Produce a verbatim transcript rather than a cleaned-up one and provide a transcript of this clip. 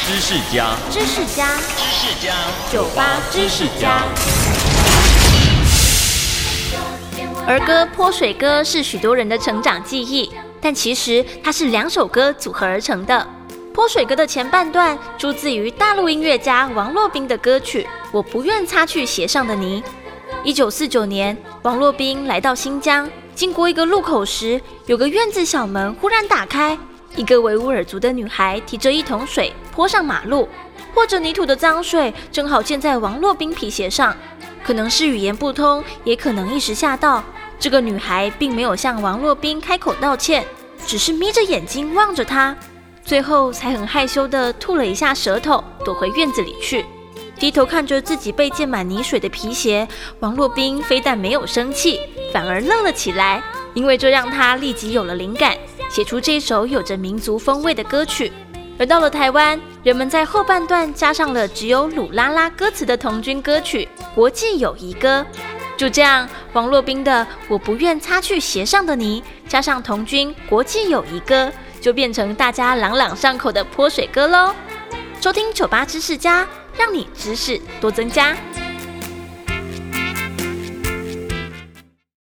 知识家， 知识家， 知识家， 酒吧知识家。儿歌《泼水歌》是许多人的成长记忆，但其实它是两首歌组合而成的。《泼水歌》的前半段出自于大陆音乐家王洛宾的歌曲《我不愿擦去鞋上的泥》。一九四九年，王洛宾来到新疆，经过一个路口时，有个院子小门忽然打开，一个维吾尔族的女孩提着一桶水泼上马路，或者泥土的脏水正好溅在王洛宾皮鞋上。可能是语言不通，也可能一时吓到，这个女孩并没有向王洛宾开口道歉，只是眯着眼睛望着他，最后才很害羞地吐了一下舌头，躲回院子里去。低头看着自己被溅满泥水的皮鞋，王洛宾非但没有生气，反而乐了起来，因为这让他立即有了灵感，写出这首有着民族风味的歌曲。而到了台湾，人们在后半段加上了只有鲁拉拉歌词的童军歌曲《国际友谊歌》。就这样，王洛宾的《我不愿擦去鞋上的泥》加上童军《国际友谊歌》，就变成大家朗朗上口的泼水歌咯。收听酒吧知识家，让你知识多增加。